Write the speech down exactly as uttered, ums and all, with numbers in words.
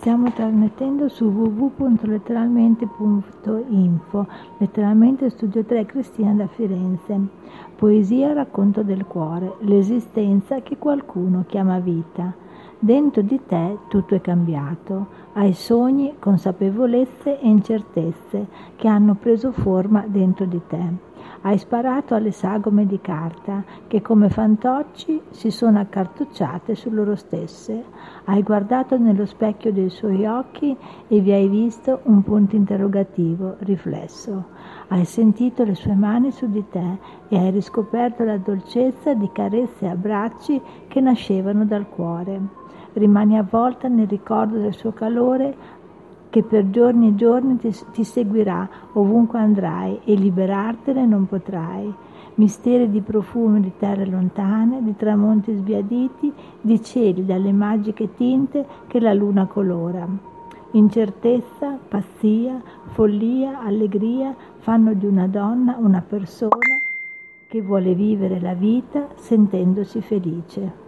Stiamo trasmettendo su w w w punto letteralmente punto info, letteralmente Studio tre Cristina da Firenze. Poesia, racconto del cuore, l'esistenza che qualcuno chiama vita. Dentro di te tutto è cambiato, hai sogni, consapevolezze e incertezze che hanno preso forma dentro di te. Hai sparato alle sagome di carta che come fantocci si sono accartocciate su loro stesse. Hai guardato nello specchio dei suoi occhi e vi hai visto un punto interrogativo riflesso. Hai sentito le sue mani su di te e hai riscoperto la dolcezza di carezze e abbracci che nascevano dal cuore. Rimani avvolta nel ricordo del suo calore che per giorni e giorni ti, ti seguirà ovunque andrai e liberartene non potrai. Misteri di profumi di terre lontane, di tramonti sbiaditi, di cieli dalle magiche tinte che la luna colora. Incertezza, pazzia, follia, allegria fanno di una donna una persona che vuole vivere la vita sentendosi felice.